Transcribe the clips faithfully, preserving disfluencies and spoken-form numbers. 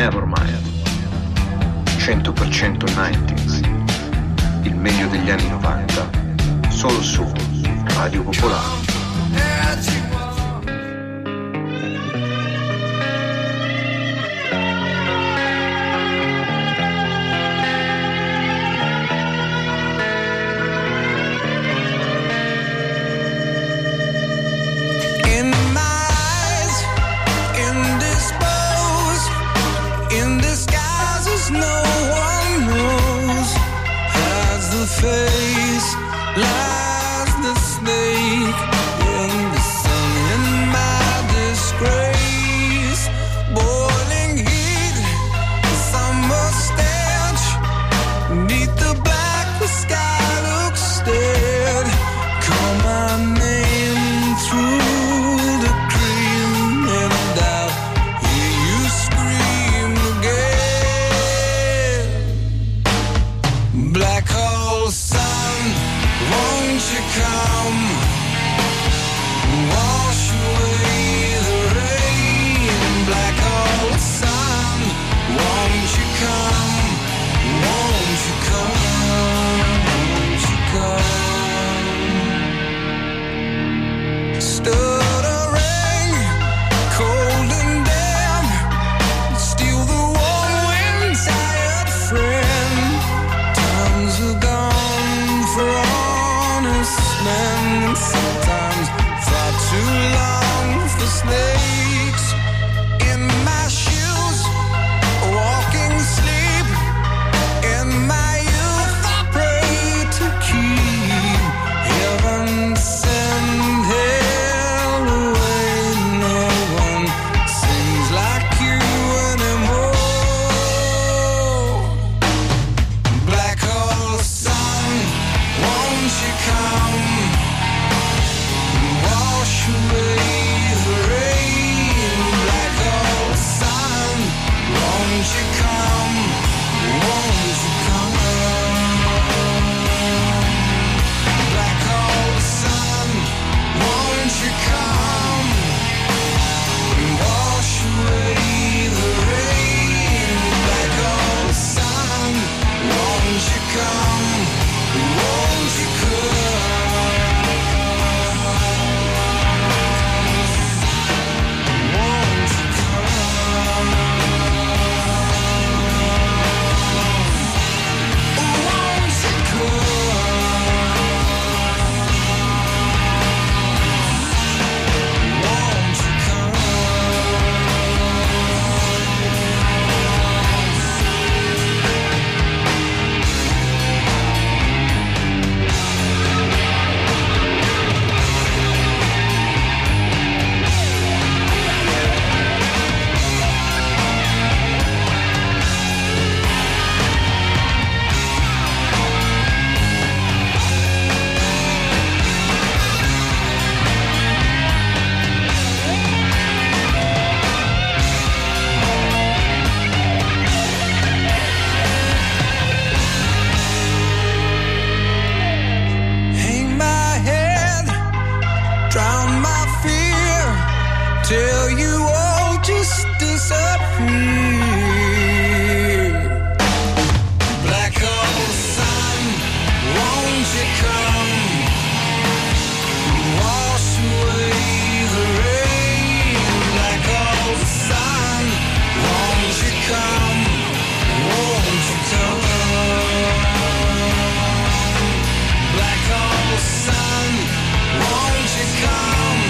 Nevermind. cento per cento nineties. Il meglio degli anni novanta. Solo su Radio Popolare. Face lies the snake in the sun. In my disgrace, boiling heat, summer stench, neath the black, the sky looks dead. Call my name through the cream, and I'll hear you scream again. Black hole sun, won't you come, wash away the rain. Black hole sun, won't you come, won't you come, won't you come. Stuttering, cold and damp, steal the warm wind, tired friend. Times are gone for honest men, sometimes far too long for snakes. In my shoes, walking sleep, in my youth I pray to keep heaven send hell away. No one sings like you anymore. Black hole sun, won't you come, wash away the rain. Black hole sun, won't you come, won't you come. Black hole sun, won't you come, wash away the rain. Black hole sun, won't you come, won't you come, won't you come, won't you hang my head, drown my fear, till you all just disappear. Black hole sun, won't you come, wash away the rain. Black hole sun, won't you come, won't you come. Black hole sun, won't you come,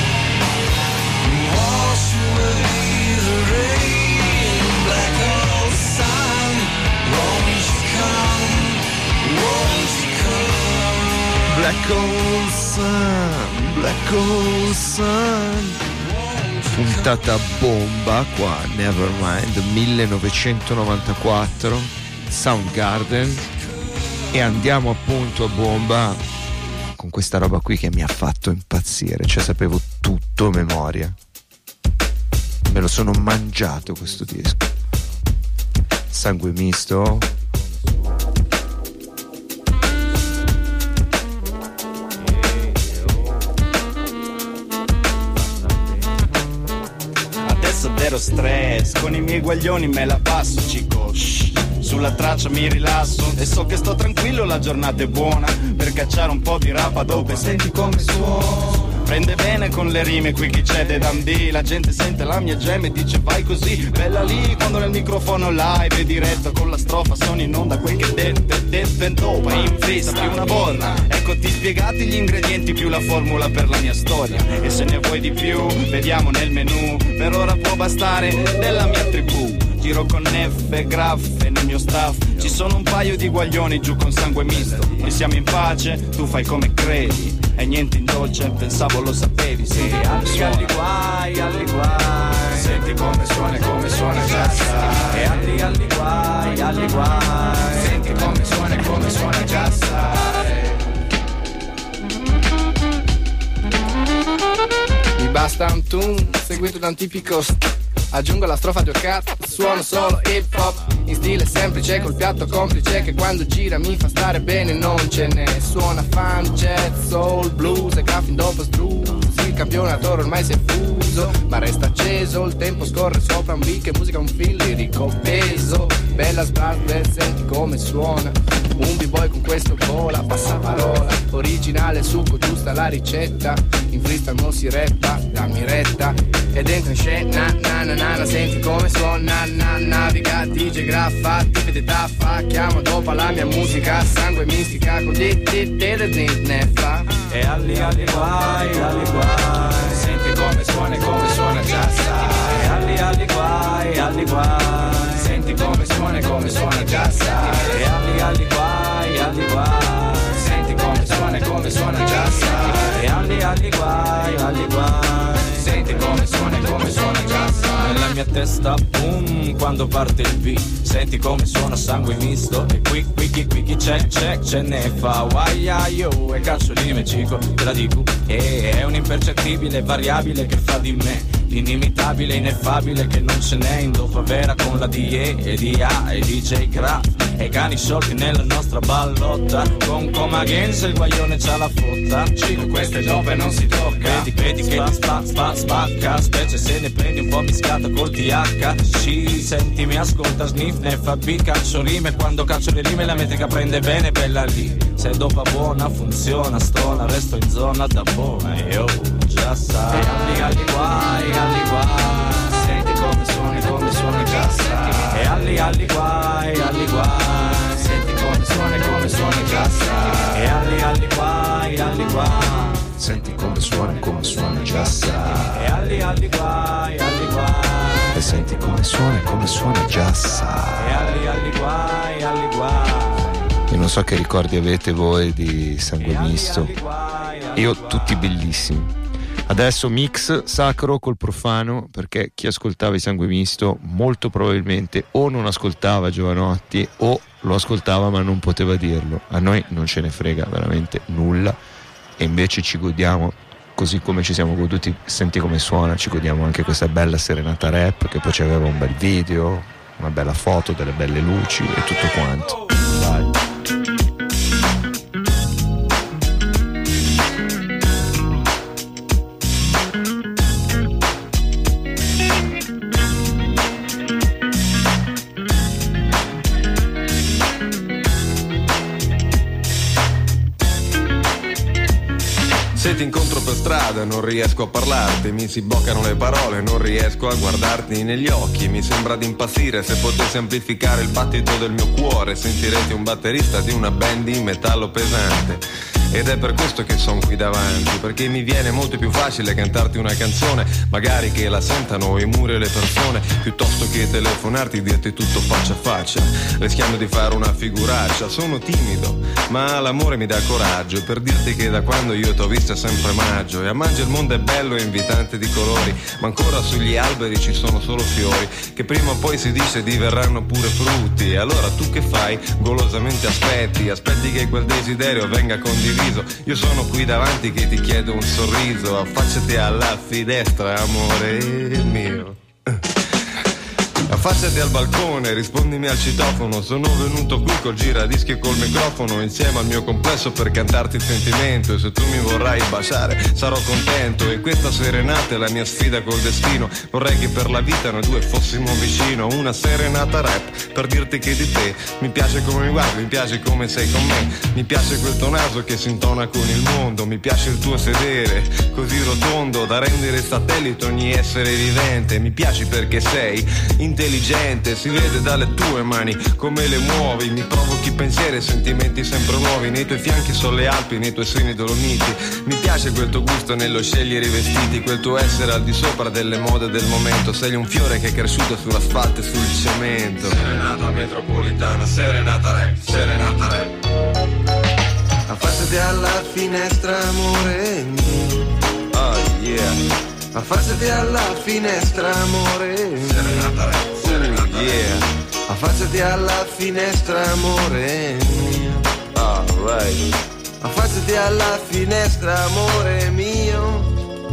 wash away the rain. Black hole sun, won't you come, won't you come. Black Hole Sun, Black Hole Sun. Puntata bomba qua, Nevermind, millenovecentonovantaquattro, Soundgarden. E andiamo appunto a bomba con questa roba qui che mi ha fatto impazzire, cioè sapevo tutto a memoria, me lo sono mangiato questo disco. Sangue misto. Adesso zero stress, con i miei guaglioni me la passo, cico. Shh. Sulla traccia mi rilasso e so che sto tranquillo, la giornata è buona per cacciare un po' di rapa dopo. Senti come suona, prende bene con le rime qui chi c'è de Dundee. La gente sente la mia gemme e dice vai così, bella lì. Quando nel microfono live e diretto con la strofa sono in onda quel che dentro poi in festa più una volta. Ecco ti spiegati gli ingredienti più la formula per la mia storia. E se ne vuoi di più vediamo nel menù, per ora può bastare della mia tribù. Giro con neffe, graffe nel mio staff. Ci sono un paio di guaglioni giù con sangue misto. Noi siamo in pace, tu fai come credi. E niente in dolce, pensavo lo sapevi. Sì, alli, alli guai, alli guai. Senti come suona, come suona già sai. E alli, alli guai, alli guai. Senti come suona, come suona già sai. Mi basta un tune seguito da un tipico st- aggiungo la strofa di occat, suono solo hip hop in stile semplice col piatto complice che quando gira mi fa stare bene, non ce ne suona funk, jazz, soul, blues e graffin dopo struz. Il campionatore ormai si è fuso ma resta acceso, il tempo scorre sopra un beat, che musica un fil lirico peso, bella sbarra, senti come suona un b-boy con questo vola, passa parola, originale succo, giusta la ricetta, in freestyle non si reppa, dammi retta ed entra in scena, na na na na, senti come suona, na naviga, D J graffa, tipi di taffa, chiamo dopo la mia musica, sangue mistica, con di di di di di neffa. E alli alli guai, alli guai, senti come suona, come suona già sai. E alli alli guai, alli guai, senti come suona, come suona già sai. E alli alli guai, alli guai, senti come suona, come suona già sai. E alli alli guai, alli guai, senti come suona, come suona già sai. Nella mia testa boom quando parte il beat, senti come suona sangue misto. E qui qui qui qui chi c'è c'è ce ne fa guaia io e caccio rime cico, te la dico. E è un impercettibile variabile che fa di me l'inimitabile, ineffabile che non ce n'è in doppia vera con la D E e D A e D J Craft e cani sciolti nella nostra ballotta con Coma Games il guaglione c'ha la fotta. Cico queste dope non si tocca, vedi vedi che ti spa spa spacca, specie se ne prendi un po' mischiata col T H C. Senti mi ascolta, sniff ne fa B, caccio rime, quando caccio le rime la metrica prende bene, bella lì. Se dopa buona funziona, stona, resto in zona da buona, io già sai. E alli alli guai, alli guai, senti come suoni, come suona già sai. E alli alli guai, alli guai, senti come suoni, come suona già sai. E alli alli guai, alli guai, senti come suona, come suona già sai. E alli alli guai, alli guai, e senti come suona, come suona già sai. E alli alli guai, alli guai. Io non so che ricordi avete voi di Sangue Misto, io tutti bellissimi. Adesso mix sacro col profano, perché chi ascoltava i Sangue Misto molto probabilmente o non ascoltava Giovanotti o lo ascoltava ma non poteva dirlo. A noi non ce ne frega veramente nulla e invece ci godiamo, così come ci siamo goduti Senti come suona, ci godiamo anche questa bella serenata rap che poi ci aveva un bel video, una bella foto, delle belle luci e tutto quanto. Vai. Se ti incontro per strada non riesco a parlarti, mi si bloccano le parole, non riesco a guardarti negli occhi. Mi sembra di impazzire, se potessi amplificare il battito del mio cuore sentirete un batterista di una band di metallo pesante. Ed è per questo che sono qui davanti, perché mi viene molto più facile cantarti una canzone, magari che la sentano i muri e le persone, piuttosto che telefonarti e dirti tutto faccia a faccia, rischiando di fare una figuraccia. Sono timido, ma l'amore mi dà coraggio per dirti che da quando io t'ho vista è sempre maggio, e a maggio il mondo è bello e invitante di colori, ma ancora sugli alberi ci sono solo fiori, che prima o poi si dice diverranno pure frutti. E allora tu che fai? Golosamente aspetti, aspetti che quel desiderio venga condiviso. Io sono qui davanti che ti chiedo un sorriso, affacciati alla finestra, amore mio. Affacciati al balcone, rispondimi al citofono. Sono venuto qui col giradischi e col microfono, insieme al mio complesso per cantarti il sentimento. E se tu mi vorrai baciare sarò contento. E questa serenata è la mia sfida col destino. Vorrei che per la vita noi due fossimo vicino. Una serenata rap per dirti che di te mi piace come mi guardi, mi piace come sei con me. Mi piace quel tuo naso che si intona con il mondo. Mi piace il tuo sedere così rotondo da rendere satellite ogni essere vivente. Mi piaci perché sei intelligente, si vede dalle tue mani come le muovi. Mi provochi pensieri e sentimenti sempre nuovi. Nei tuoi fianchi sono le Alpi, nei tuoi seni Dolomiti. Mi piace quel tuo gusto nello scegliere i vestiti, quel tuo essere al di sopra delle mode del momento. Sei un fiore che è cresciuto sull'asfalto e sul cemento. Serenata metropolitana, serenata rap, serenata rap. Affacciati alla finestra, amore mio. Oh yeah. Affacciati alla finestra, amore mio. Serenata rap, serenata yeah. Affacciati alla finestra, amore mio. Oh right. Affacciati alla finestra, amore mio.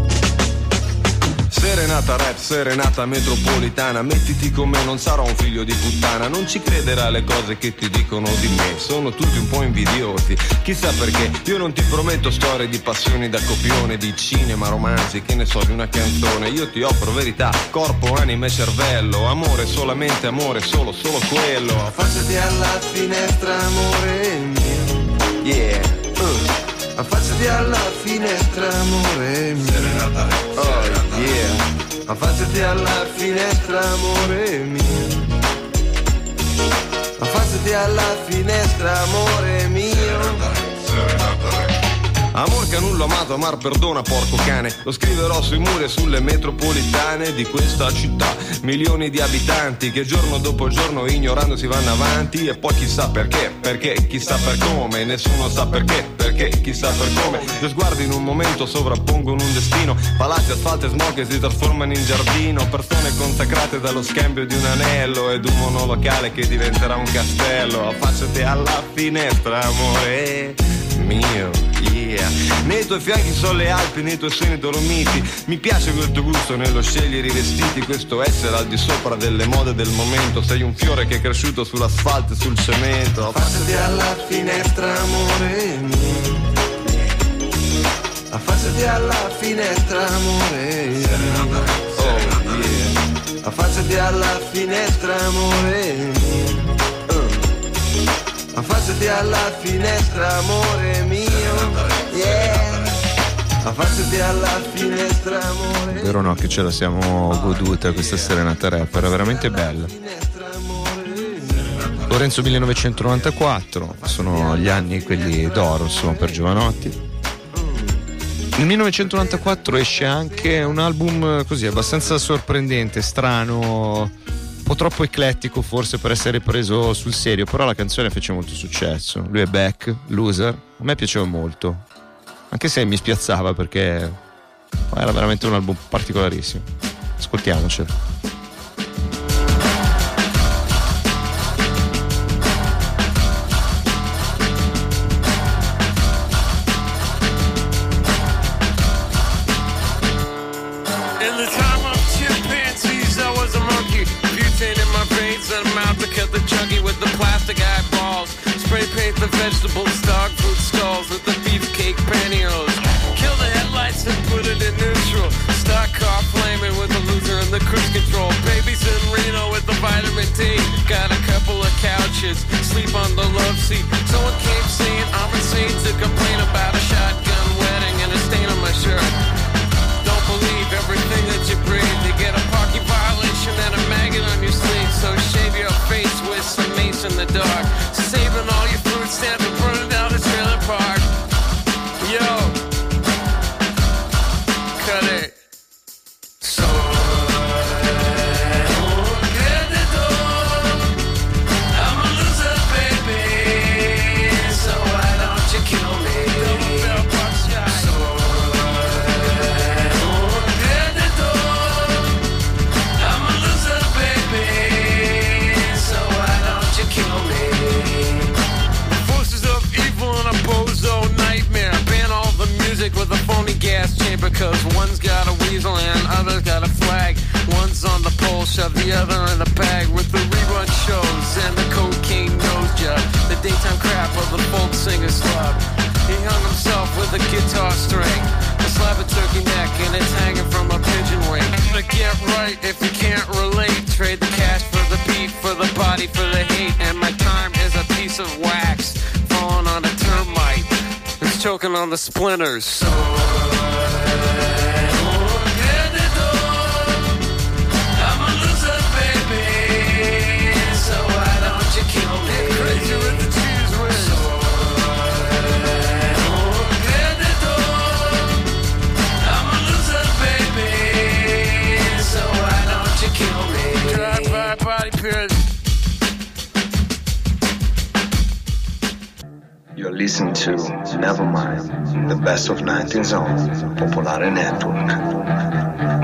Serenata rap, serenata metropolitana. Mettiti con me, non sarò un figlio di puttana. Non ci crederà alle cose che ti dicono di me. Sono tutti un po' invidiosi, chissà perché. Io non ti prometto storie di passioni da copione, di cinema, romanzi, che ne so, di una canzone. Io ti offro verità, corpo, anima e cervello. Amore, solamente amore, solo, solo quello. Affacciati alla finestra, amore mio. Yeah, uh. Affacciati alla finestra, amore mio. Serenata rap, oh yeah. Affacciati alla finestra, amore mio. Affacciati alla finestra, amore mio. serenata rap, serenata rap. Amor canullo amato, amar perdona porco cane. Lo scriverò sui muri e sulle metropolitane di questa città. Milioni di abitanti che giorno dopo giorno ignorando si vanno avanti. E poi chissà perché, perché, chissà per come. Nessuno sa perché, perché, chissà per come. Due sguardi in un momento sovrappongono un destino. Palazzi, asfalto e smog che si trasformano in giardino. Persone consacrate dallo scambio di un anello ed un monolocale che diventerà un castello. Affacciati alla finestra, amore mio, yeah. Nei tuoi fianchi sono le Alpi, nei tuoi seni Dolomiti. Mi piace quel tuo gusto nello scegliere i vestiti, questo essere al di sopra delle mode del momento. Sei un fiore che è cresciuto sull'asfalto e sul cemento. Affacciati alla finestra, amore mio. Affacciati alla finestra, amore mio. Oh yeah. Affacciati alla finestra, amore mio. Affacciati alla finestra, amore mio. Yeah. Affacciati alla finestra, amore. Vero no che ce la siamo goduta questa serenata rap, era veramente bella. Lorenzo millenovecentonovantaquattro, sono gli anni quelli d'oro, insomma, per Giovanotti. Nel millenovecentonovantaquattro esce anche un album così abbastanza sorprendente, strano, un po' troppo eclettico forse per essere preso sul serio, però la canzone fece molto successo. Lui è Beck, Loser, a me piaceva molto, anche se mi spiazzava perché era veramente un album particolarissimo. Ascoltiamocelo. Spray paint the vegetables, dog food skulls with the beefcake pantyhose. Kill the headlights and put it in neutral. Stock car flaming with the loser and the cruise control. Babies in Reno with the vitamin D. Got a couple of couches, sleep on the love seat. Someone came saying I'm insane to complain about a shotgun wedding and a stain on my shirt. Don't believe everything that you breathe. You get a parking violation and a maggot on your sleeve. So shave your face with some mace in the dark. Saving all your food stamps and burning down the trailer park. Yo, cut it. So I'm a loser, baby. So why don't you kill me? So I'm a loser, baby. So why don't you kill me? Bozo nightmare. Ban all the music with a phony gas chamber, cause one's got a weasel and other's got a flag. One's is on the pole, shove the other in the bag with the rerun shows and the cocaine nose job. The daytime crap of the folk singer's club. He hung himself with a guitar string, a slab of turkey neck, and it's hanging from a pigeon wing. But get right if you can't relate. Trade the cash for the beat, for the body, for the hate. And my time is a piece of wax falling on a termite. It's choking on the splinters. So crazy with the cheese whiz. I'm a loser, baby. So why don't you kill me? Drive by body period. You're listening to Nevermind, the best of nineties on Popolare Network.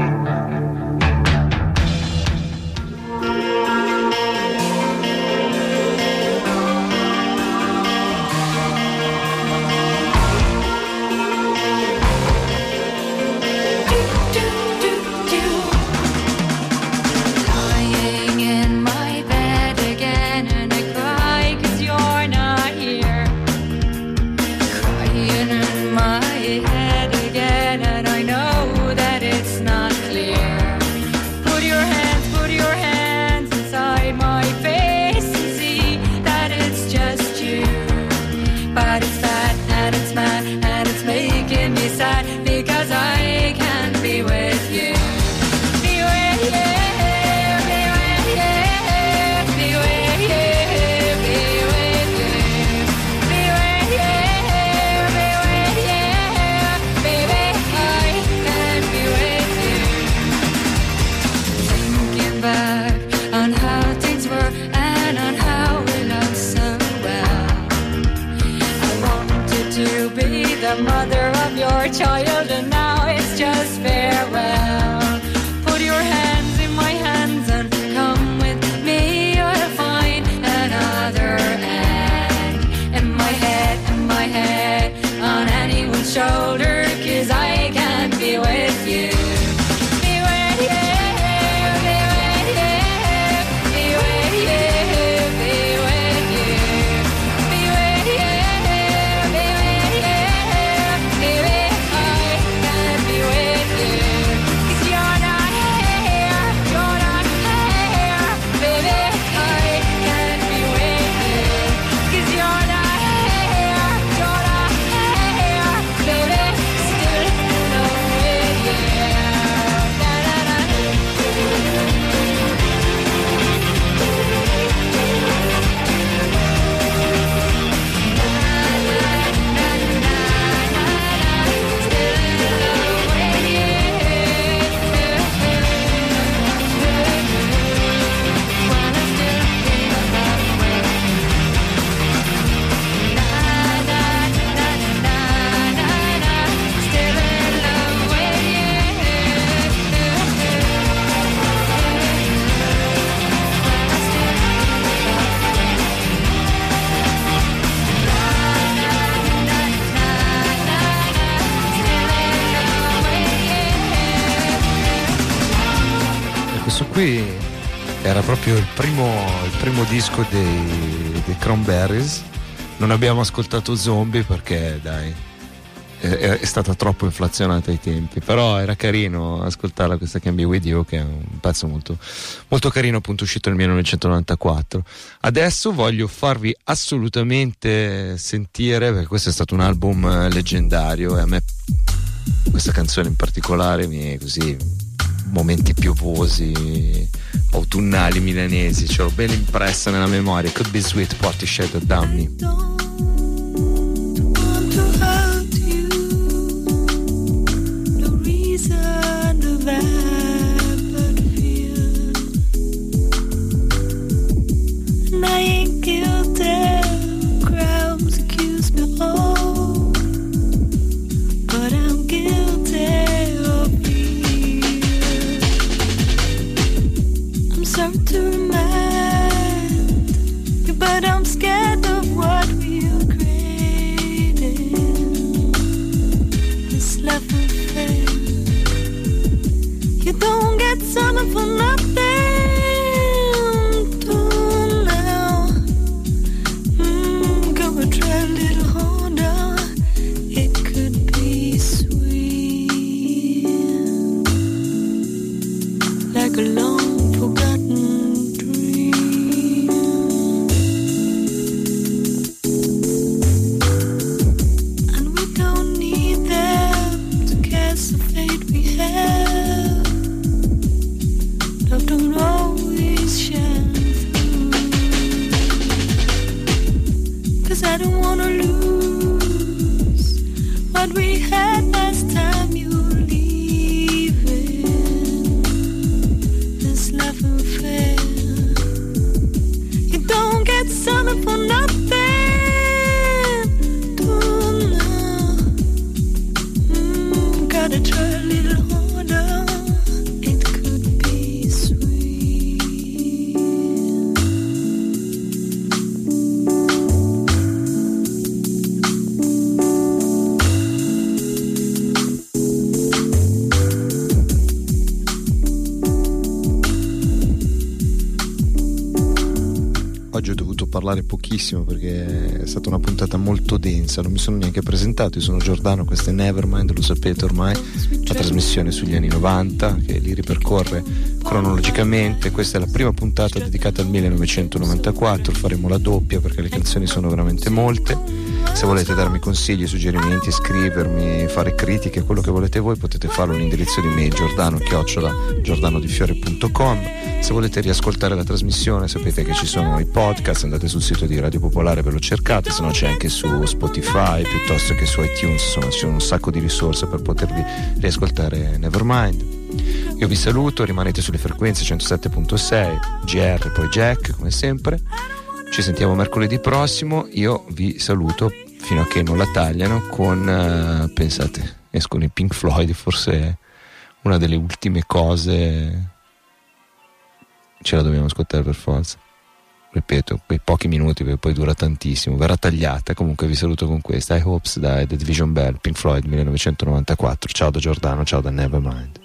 Child, and now it's just farewell. Put your hands in my hands and come with me. You'll find another egg in my head, in my head, on anyone's shoulder, 'cause I can't be with you. Be with you, be with you, be with you, be with you, be with you, be with you, be with you. Qui era proprio il primo, il primo disco dei, dei Cranberries. Non abbiamo ascoltato Zombie perché dai è, è stata troppo inflazionata ai tempi, però era carino ascoltarla, questa Can Be With You, che è un pezzo molto, molto carino, appunto uscito nel millenovecentonovantaquattro. Adesso voglio farvi assolutamente sentire, perché questo è stato un album leggendario e a me questa canzone in particolare mi è così, momenti piovosi autunnali milanesi, ce l'ho ben impressa nella memoria. Could Be Sweet, Portishead, dammi. To remind you, but I'm scared of what we falling for nothing. Don't know. Mm, gotta try a little harder. It could be sweet. Oggi ho dovuto parlare pochissimo perché è stata una puntata molto densa, non mi sono neanche presentato. Io sono Giordano, questo è Nevermind, lo sapete ormai, la trasmissione sugli anni novanta che li ripercorre cronologicamente. Questa è la prima puntata dedicata al millenovecentonovantaquattro, faremo la doppia perché le canzoni sono veramente molte. Se volete darmi consigli, suggerimenti, scrivermi, fare critiche, quello che volete voi, potete farlo all'indirizzo di mail giordano chiocciola giordanodifiore punto com. Se volete riascoltare la trasmissione sapete che ci sono i podcast, andate sul sito di Radio Popolare, ve lo cercate, se no c'è anche su Spotify piuttosto che su iTunes, insomma ci sono un sacco di risorse per potervi riascoltare Nevermind. Io vi saluto, rimanete sulle frequenze centosette virgola sei, G R poi Jack come sempre. Ci sentiamo mercoledì prossimo, io vi saluto fino a che non la tagliano con, uh, pensate, escono i Pink Floyd, forse una delle ultime cose, ce la dobbiamo ascoltare per forza, ripeto, quei pochi minuti perché poi dura tantissimo, verrà tagliata. Comunque vi saluto con questa, I Hopes da The Division Bell, Pink Floyd millenovecentonovantaquattro. Ciao da Giordano, ciao da Nevermind.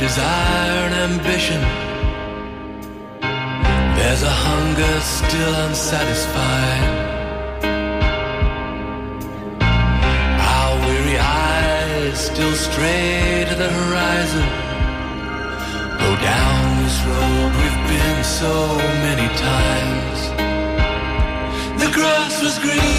desire and ambition. There's a hunger still unsatisfied. Our weary eyes still stray to the horizon. Go down this road we've been so many times. The grass was green.